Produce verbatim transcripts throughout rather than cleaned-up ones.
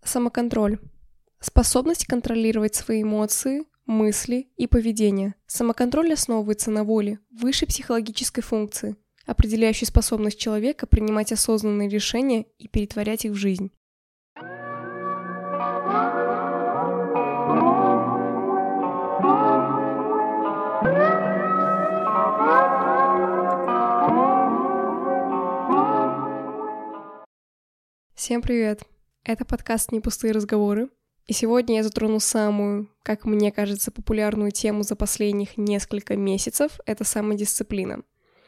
Самоконтроль. Способность контролировать свои эмоции, мысли и поведение. Самоконтроль основывается на воле, высшей психологической функции, определяющей способность человека принимать осознанные решения и перетворять их в жизнь. Всем привет! Это подкаст «Не пустые разговоры», и сегодня я затрону самую, как мне кажется, популярную тему за последних несколько месяцев — это самодисциплина.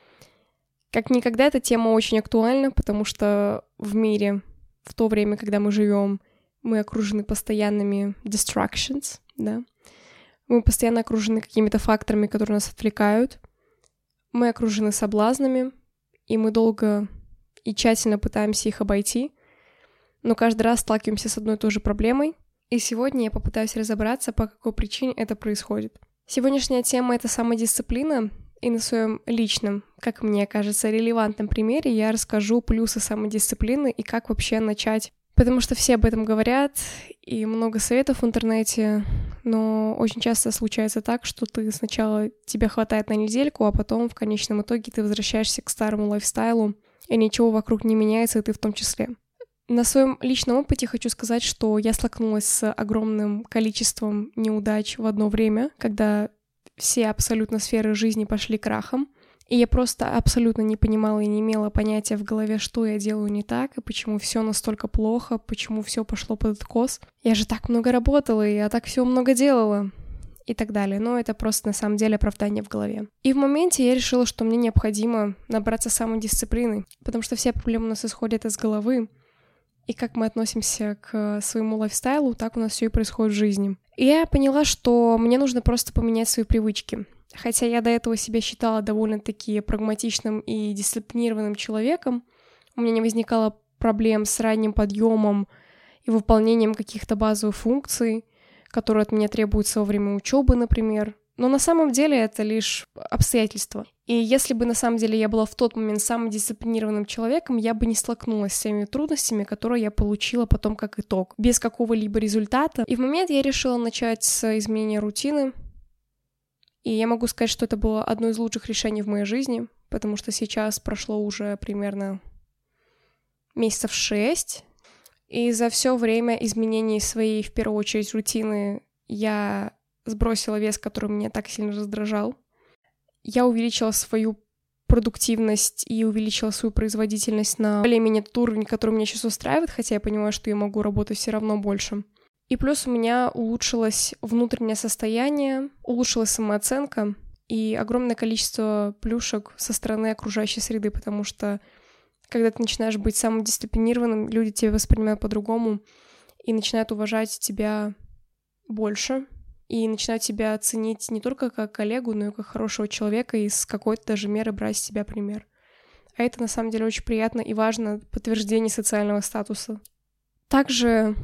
Как никогда эта тема очень актуальна, потому что в мире, в то время, когда мы живем, мы окружены постоянными distractions, да? Мы постоянно окружены какими-то факторами, которые нас отвлекают, мы окружены соблазнами, и мы долго и тщательно пытаемся их обойти, но каждый раз сталкиваемся с одной и той же проблемой, и сегодня я попытаюсь разобраться, по какой причине это происходит. Сегодняшняя тема — это самодисциплина, и на своем личном, как мне кажется, релевантном примере я расскажу плюсы самодисциплины и как вообще начать. Потому что все об этом говорят, и много советов в интернете, но очень часто случается так, что ты сначала тебе хватает на недельку, а потом в конечном итоге ты возвращаешься к старому лайфстайлу, и ничего вокруг не меняется, и ты в том числе. На своем личном опыте хочу сказать, что я столкнулась с огромным количеством неудач в одно время, когда все абсолютно сферы жизни пошли крахом, и я просто абсолютно не понимала и не имела понятия в голове, что я делаю не так, и почему все настолько плохо, почему все пошло под откос. Я же так много работала, и я так все много делала, и так далее. Но это просто на самом деле оправдание в голове. И в моменте я решила, что мне необходимо набраться самодисциплины, потому что все проблемы у нас исходят из головы, и как мы относимся к своему лайфстайлу, так у нас все и происходит в жизни. И я поняла, что мне нужно просто поменять свои привычки. Хотя я до этого себя считала довольно-таки прагматичным и дисциплинированным человеком, у меня не возникало проблем с ранним подъемом и выполнением каких-то базовых функций, которые от меня требуются во время учебы, например. Но на самом деле это лишь обстоятельства. И если бы на самом деле я была в тот момент самым дисциплинированным человеком, я бы не столкнулась с теми трудностями, которые я получила потом как итог, без какого-либо результата. И в момент я решила начать с изменения рутины. И я могу сказать, что это было одно из лучших решений в моей жизни, потому что сейчас прошло уже примерно месяцев шесть. И за все время изменений своей, в первую очередь, рутины я сбросила вес, который меня так сильно раздражал. Я увеличила свою продуктивность и увеличила свою производительность на более-менее тот уровень, который меня сейчас устраивает, хотя я понимаю, что я могу работать все равно больше. И плюс у меня улучшилось внутреннее состояние, улучшилась самооценка и огромное количество плюшек со стороны окружающей среды, потому что когда ты начинаешь быть самодисциплинированным, люди тебя воспринимают по-другому и начинают уважать тебя больше, и начинают тебя ценить не только как коллегу, но и как хорошего человека, и с какой-то даже меры брать с тебя пример. А это на самом деле очень приятно и важно, подтверждение социального статуса. Также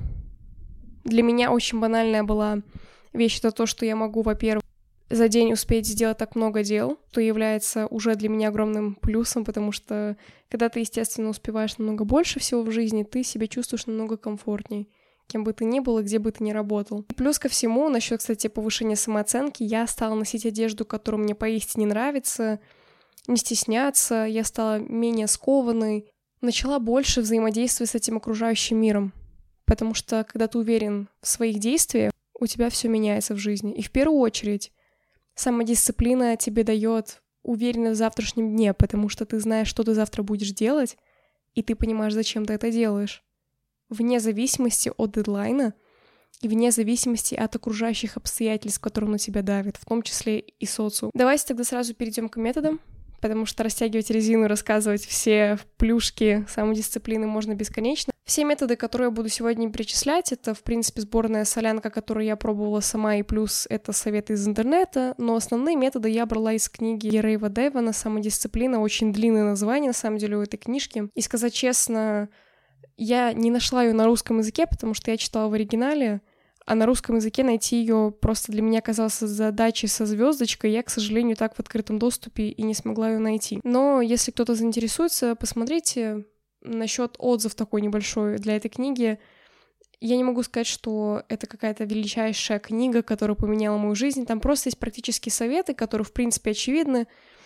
для меня очень банальная была вещь, это то, что я могу, во-первых, за день успеть сделать так много дел, что является уже для меня огромным плюсом, потому что когда ты, естественно, успеваешь намного больше всего в жизни, ты себя чувствуешь намного комфортней, кем бы ты ни был и где бы ты ни работал. И плюс ко всему, насчет, кстати, повышения самооценки, я стала носить одежду, которая мне поистине нравится, не стесняться, я стала менее скованной, начала больше взаимодействовать с этим окружающим миром, потому что, когда ты уверен в своих действиях, у тебя все меняется в жизни. И в первую очередь самодисциплина тебе дает уверенность в завтрашнем дне, потому что ты знаешь, что ты завтра будешь делать, и ты понимаешь, зачем ты это делаешь. Вне зависимости от дедлайна и вне зависимости от окружающих обстоятельств, которые на тебя давят, в том числе и социум. Давайте тогда сразу перейдем к методам, потому что растягивать резину и рассказывать все плюшки самодисциплины можно бесконечно. Все методы, которые я буду сегодня перечислять, это, в принципе, сборная солянка, которую я пробовала сама, и плюс это советы из интернета, но основные методы я брала из книги Рейва Девана «Самодисциплина», очень длинное название, на самом деле, у этой книжки. И сказать честно, я не нашла ее на русском языке, потому что я читала в оригинале, а на русском языке найти ее просто для меня оказалось задачей со звездочкой, я, к сожалению, так в открытом доступе и не смогла ее найти. Но если кто-то заинтересуется, посмотрите. Насчет отзыв такой небольшой для этой книги. Я не могу сказать, что это какая-то величайшая книга, которая поменяла мою жизнь. Там просто есть практические советы, которые, в принципе, очевидны,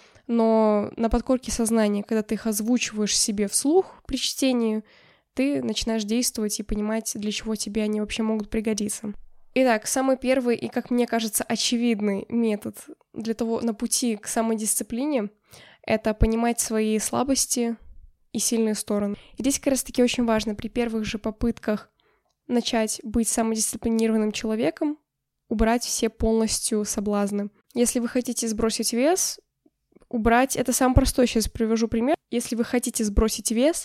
но на подкорке сознания, когда ты их озвучиваешь себе вслух при чтении, ты начинаешь действовать и понимать, для чего тебе они вообще могут пригодиться. Итак, самый первый и, как мне кажется, очевидный метод для того, на пути к самодисциплине — это понимать свои слабости и сильные стороны. И здесь как раз-таки очень важно при первых же попытках начать быть самодисциплинированным человеком, убрать все полностью соблазны. Если вы хотите сбросить вес, убрать... Это самый простой, сейчас привожу пример. Если вы хотите сбросить вес,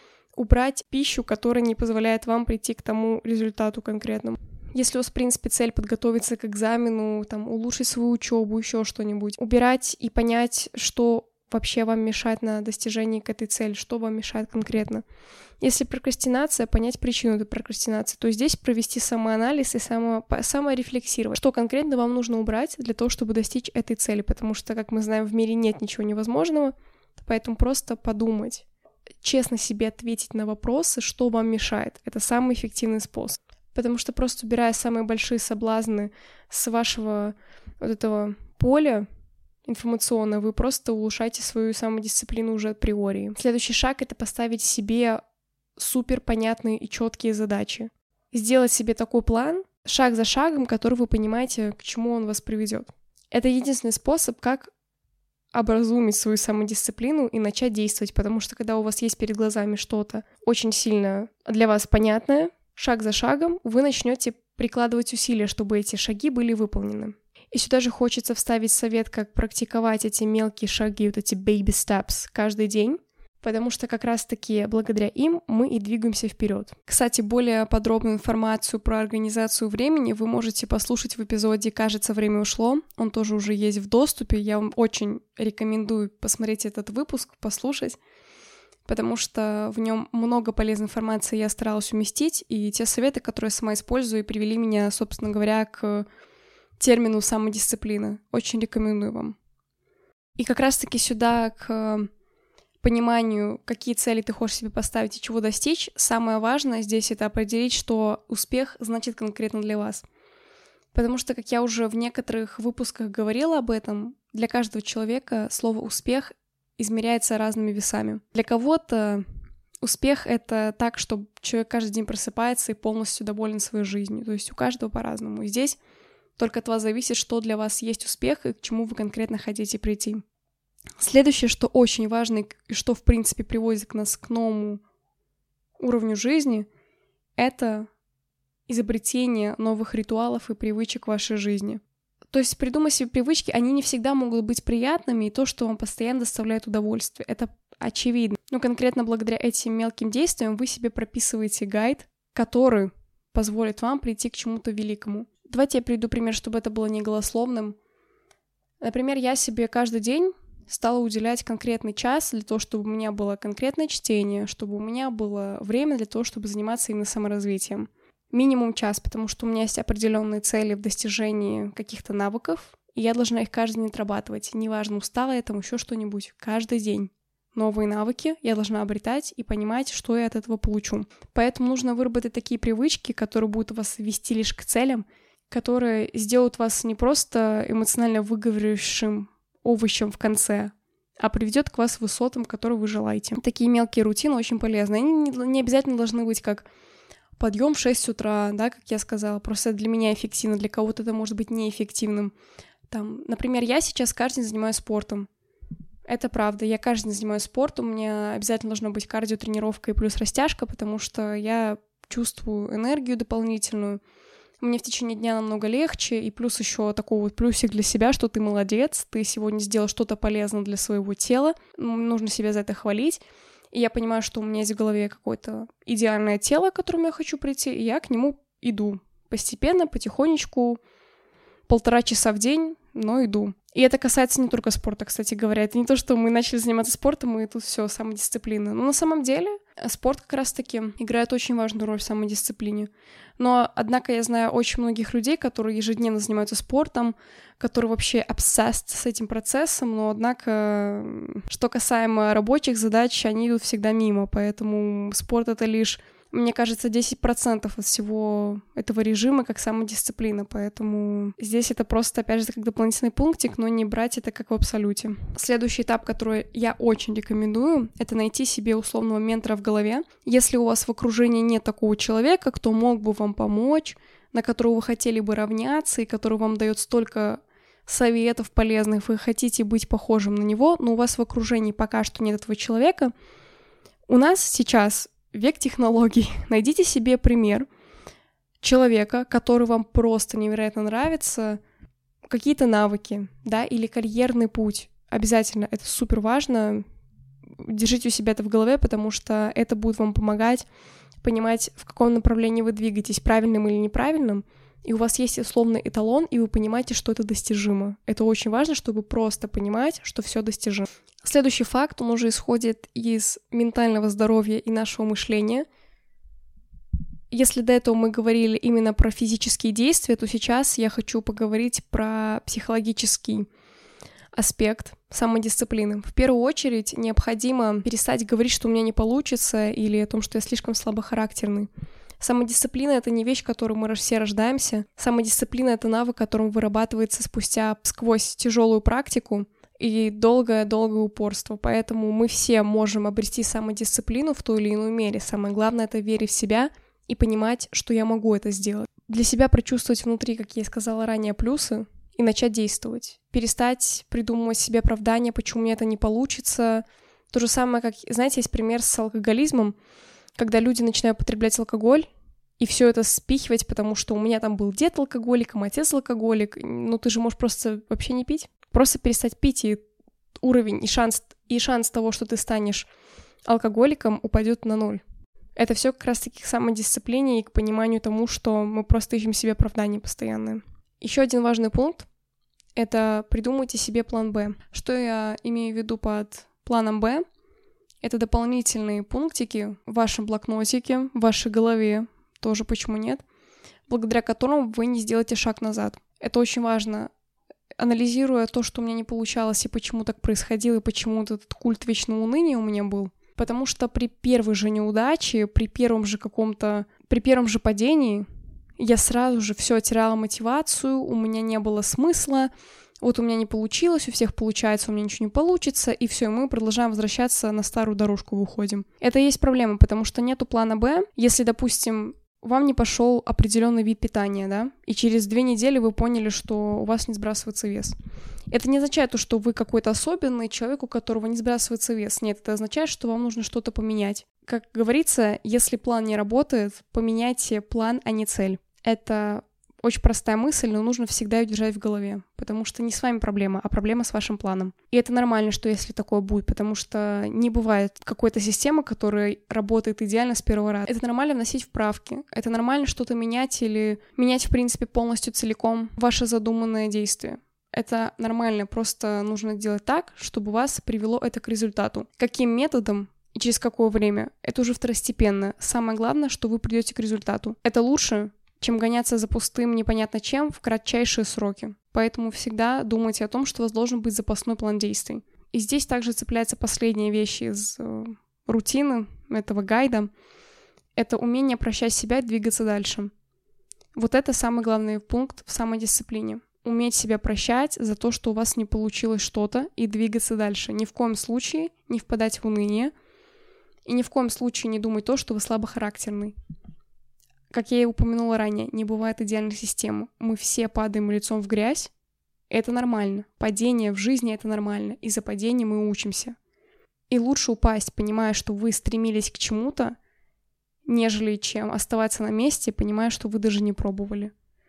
убрать пищу, которая не позволяет вам прийти к тому результату конкретному. Если у вас, в принципе, цель подготовиться к экзамену, там, улучшить свою учебу, еще что-нибудь, убирать и понять, что вообще вам мешает на достижении к этой цели, что вам мешает конкретно. Если прокрастинация, понять причину этой прокрастинации, то здесь провести самоанализ и само, саморефлексировать, что конкретно вам нужно убрать для того, чтобы достичь этой цели, потому что, как мы знаем, в мире нет ничего невозможного, поэтому просто подумать, честно себе ответить на вопросы, что вам мешает. Это самый эффективный способ. Потому что просто убирая самые большие соблазны с вашего вот этого поля информационного, вы просто улучшаете свою самодисциплину уже априори. Следующий шаг — это поставить себе супер понятные и четкие задачи. Сделать себе такой план, шаг за шагом, который вы понимаете, к чему он вас приведет. Это единственный способ, как образумить свою самодисциплину и начать действовать, потому что когда у вас есть перед глазами что-то очень сильно для вас понятное, шаг за шагом вы начнете прикладывать усилия, чтобы эти шаги были выполнены. И сюда же хочется вставить совет, как практиковать эти мелкие шаги, вот эти baby steps каждый день, потому что как раз-таки благодаря им мы и двигаемся вперед. Кстати, более подробную информацию про организацию времени вы можете послушать в эпизоде «Кажется, время ушло». Он тоже уже есть в доступе. Я вам очень рекомендую посмотреть этот выпуск, послушать, потому что в нем много полезной информации я старалась уместить, и те советы, которые я сама использую, привели меня, собственно говоря, к термину самодисциплина. Очень рекомендую вам. И как раз-таки сюда, к пониманию, какие цели ты хочешь себе поставить и чего достичь, самое важное здесь — это определить, что успех значит конкретно для вас. Потому что, как я уже в некоторых выпусках говорила об этом, для каждого человека слово «успех» измеряется разными весами. Для кого-то успех — это так, что человек каждый день просыпается и полностью доволен своей жизнью. То есть у каждого по-разному. И здесь только от вас зависит, что для вас есть успех и к чему вы конкретно хотите прийти. Следующее, что очень важно и что, в принципе, приводит к нас к новому уровню жизни, это изобретение новых ритуалов и привычек в вашей жизни. То есть придумать себе привычки, они не всегда могут быть приятными, и то, что вам постоянно доставляет удовольствие. Это очевидно. Но конкретно благодаря этим мелким действиям вы себе прописываете гайд, который позволит вам прийти к чему-то великому. Давайте я приведу пример, чтобы это было не голословным. Например, я себе каждый день стала уделять конкретный час для того, чтобы у меня было конкретное чтение, чтобы у меня было время для того, чтобы заниматься именно саморазвитием. Минимум час, потому что у меня есть определенные цели в достижении каких-то навыков, и я должна их каждый день отрабатывать. Неважно, устала я там, еще что-нибудь. Каждый день новые навыки я должна обретать и понимать, что я от этого получу. Поэтому нужно выработать такие привычки, которые будут вас вести лишь к целям, которые сделают вас не просто эмоционально выгоревшим овощем в конце, а приведет к вас высотам, которые вы желаете. Такие мелкие рутины очень полезны. Они не, не обязательно должны быть как подъем в шесть утра, да, как я сказала. Просто для меня эффективно, для кого-то это может быть неэффективным. Там, например, я сейчас каждый день занимаюсь спортом. Это правда, я каждый день занимаюсь спортом, у меня обязательно должна быть кардиотренировка и плюс растяжка, потому что я чувствую энергию дополнительную. Мне в течение дня намного легче, и плюс еще такой вот плюсик для себя, что ты молодец, ты сегодня сделал что-то полезное для своего тела, нужно себя за это хвалить. И я понимаю, что у меня есть в голове какое-то идеальное тело, к которому я хочу прийти, и я к нему иду постепенно, потихонечку, полтора часа в день, но иду. И это касается не только спорта, кстати говоря. Это не то, что мы начали заниматься спортом, и тут все самодисциплина. Но на самом деле спорт как раз-таки играет очень важную роль в самодисциплине. Но, однако, я знаю очень многих людей, которые ежедневно занимаются спортом, которые вообще obsessed с этим процессом, но, однако, что касаемо рабочих задач, они идут всегда мимо, поэтому спорт — это лишь Мне кажется, десять процентов от всего этого режима как самодисциплина, поэтому здесь это просто, опять же, как дополнительный пунктик, но не брать это как в абсолюте. Следующий этап, который я очень рекомендую, это найти себе условного ментора в голове. Если у вас в окружении нет такого человека, кто мог бы вам помочь, на которого вы хотели бы равняться и который вам дает столько советов полезных, вы хотите быть похожим на него, но у вас в окружении пока что нет этого человека, у нас сейчас век технологий. Найдите себе пример человека, который вам просто невероятно нравится, какие-то навыки, да, или карьерный путь. Обязательно, это супер важно. Держите у себя это в голове, потому что это будет вам помогать понимать, в каком направлении вы двигаетесь, правильным или неправильным, и у вас есть условный эталон, и вы понимаете, что это достижимо. Это очень важно, чтобы просто понимать, что все достижимо. Следующий факт, он уже исходит из ментального здоровья и нашего мышления. Если до этого мы говорили именно про физические действия, то сейчас я хочу поговорить про психологический аспект самодисциплины. В первую очередь необходимо перестать говорить, что у меня не получится, или о том, что я слишком слабохарактерный. Самодисциплина — это не вещь, которой мы все рождаемся. Самодисциплина — это навык, которым вырабатывается спустя сквозь тяжелую практику и долгое-долгое упорство. Поэтому мы все можем обрести самодисциплину в той или иной мере. Самое главное — это верить в себя и понимать, что я могу это сделать. Для себя прочувствовать внутри, как я сказала ранее, плюсы и начать действовать. Перестать придумывать себе оправдания, почему у меня это не получится. То же самое, как, знаете, есть пример с алкоголизмом, когда люди начинают потреблять алкоголь и все это спихивать, потому что у меня там был дед алкоголик, а отец алкоголик. Ну, ты же можешь просто вообще не пить. Просто перестать пить, и уровень, и шанс, и шанс того, что ты станешь алкоголиком, упадет на ноль. Это все как раз-таки к самодисциплине и к пониманию тому, что мы просто ищем себе оправдания постоянные. Еще один важный пункт — это придумайте себе план Б. Что я имею в виду под планом Б? Это дополнительные пунктики в вашем блокнотике, в вашей голове, тоже почему нет, благодаря которым вы не сделаете шаг назад. Это очень важно. Анализируя то, что у меня не получалось, и почему так происходило, и почему этот культ вечного уныния у меня был. Потому что при первой же неудаче, при первом же каком-то, при первом же падении я сразу же все теряла мотивацию, у меня не было смысла, вот у меня не получилось, у всех получается, у меня ничего не получится, и все, и мы продолжаем возвращаться на старую дорожку, выходим. Это и есть проблема, потому что нету плана Б. Если, допустим, вам не пошел определенный вид питания, да, и через две недели вы поняли, что у вас не сбрасывается вес. Это не означает то, что вы какой-то особенный человек, у которого не сбрасывается вес. Нет, это означает, что вам нужно что-то поменять. Как говорится, если план не работает, поменяйте план, а не цель. Это очень простая мысль, но нужно всегда ее держать в голове, потому что не с вами проблема, а проблема с вашим планом. И это нормально, что если такое будет, потому что не бывает какой-то системы, которая работает идеально с первого раза. Это нормально вносить вправки, это нормально что-то менять или менять, в принципе, полностью целиком ваше задуманное действие. Это нормально, просто нужно делать так, чтобы вас привело это к результату. Каким методом и через какое время, это уже второстепенно. Самое главное, что вы придете к результату. Это лучше, чем гоняться за пустым непонятно чем в кратчайшие сроки. Поэтому всегда думайте о том, что у вас должен быть запасной план действий. И здесь также цепляется последняя вещь из э, рутины этого гайда. Это умение прощать себя и двигаться дальше. Вот это самый главный пункт в самодисциплине. Уметь себя прощать за то, что у вас не получилось что-то, и двигаться дальше. Ни в коем случае не впадать в уныние, и ни в коем случае не думать то, что вы слабохарактерный. Как я и упомянула ранее, не бывает идеальной системы. Мы все падаем лицом в грязь. Это нормально. Падение в жизни — это нормально. Из-за падения мы учимся. И лучше упасть, понимая, что вы стремились к чему-то, нежели чем оставаться на месте, понимая, что вы даже не пробовали.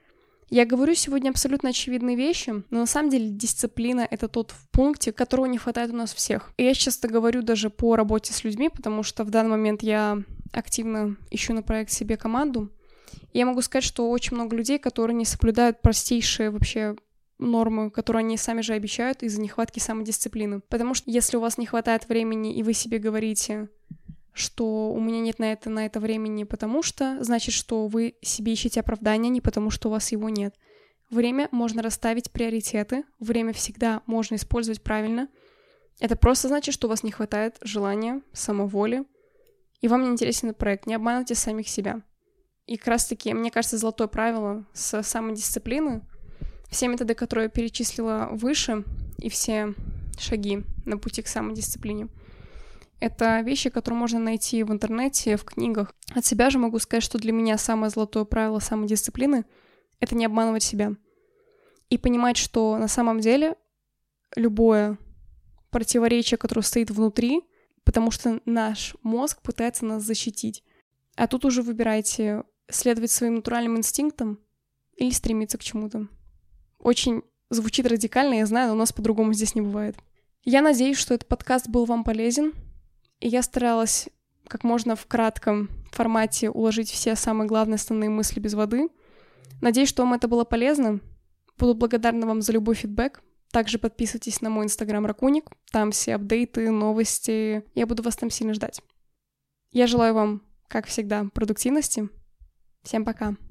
Я говорю сегодня абсолютно очевидные вещи, но на самом деле дисциплина — это тот пункт, которого не хватает у нас всех. И я часто говорю даже по работе с людьми, потому что в данный момент я активно ищу на проект себе команду. И я могу сказать, что очень много людей, которые не соблюдают простейшие вообще нормы, которые они сами же обещают из-за нехватки самодисциплины. Потому что если у вас не хватает времени, и вы себе говорите, что у меня нет на это, на это времени, потому что, значит, что вы себе ищете оправдания, не потому что у вас его нет. Время можно расставить приоритеты, время всегда можно использовать правильно. Это просто значит, что у вас не хватает желания, самоволи и вам не интересен этот проект. Не обманывайте самих себя. И как раз-таки, мне кажется, золотое правило с самодисциплины, все методы, которые я перечислила выше, и все шаги на пути к самодисциплине, это вещи, которые можно найти в интернете, в книгах. От себя же могу сказать, что для меня самое золотое правило самодисциплины — это не обманывать себя. И понимать, что на самом деле любое противоречие, которое стоит внутри, потому что наш мозг пытается нас защитить. А тут уже выбирайте, следовать своим натуральным инстинктам или стремиться к чему-то. Очень звучит радикально, я знаю, но у нас по-другому здесь не бывает. Я надеюсь, что этот подкаст был вам полезен, и я старалась как можно в кратком формате уложить все самые главные основные мысли без воды. Надеюсь, что вам это было полезно. Буду благодарна вам за любой фидбэк. Также подписывайтесь на мой инстаграм Ракуник, там все апдейты, новости. Я буду вас там сильно ждать. Я желаю вам, как всегда, продуктивности. Всем пока!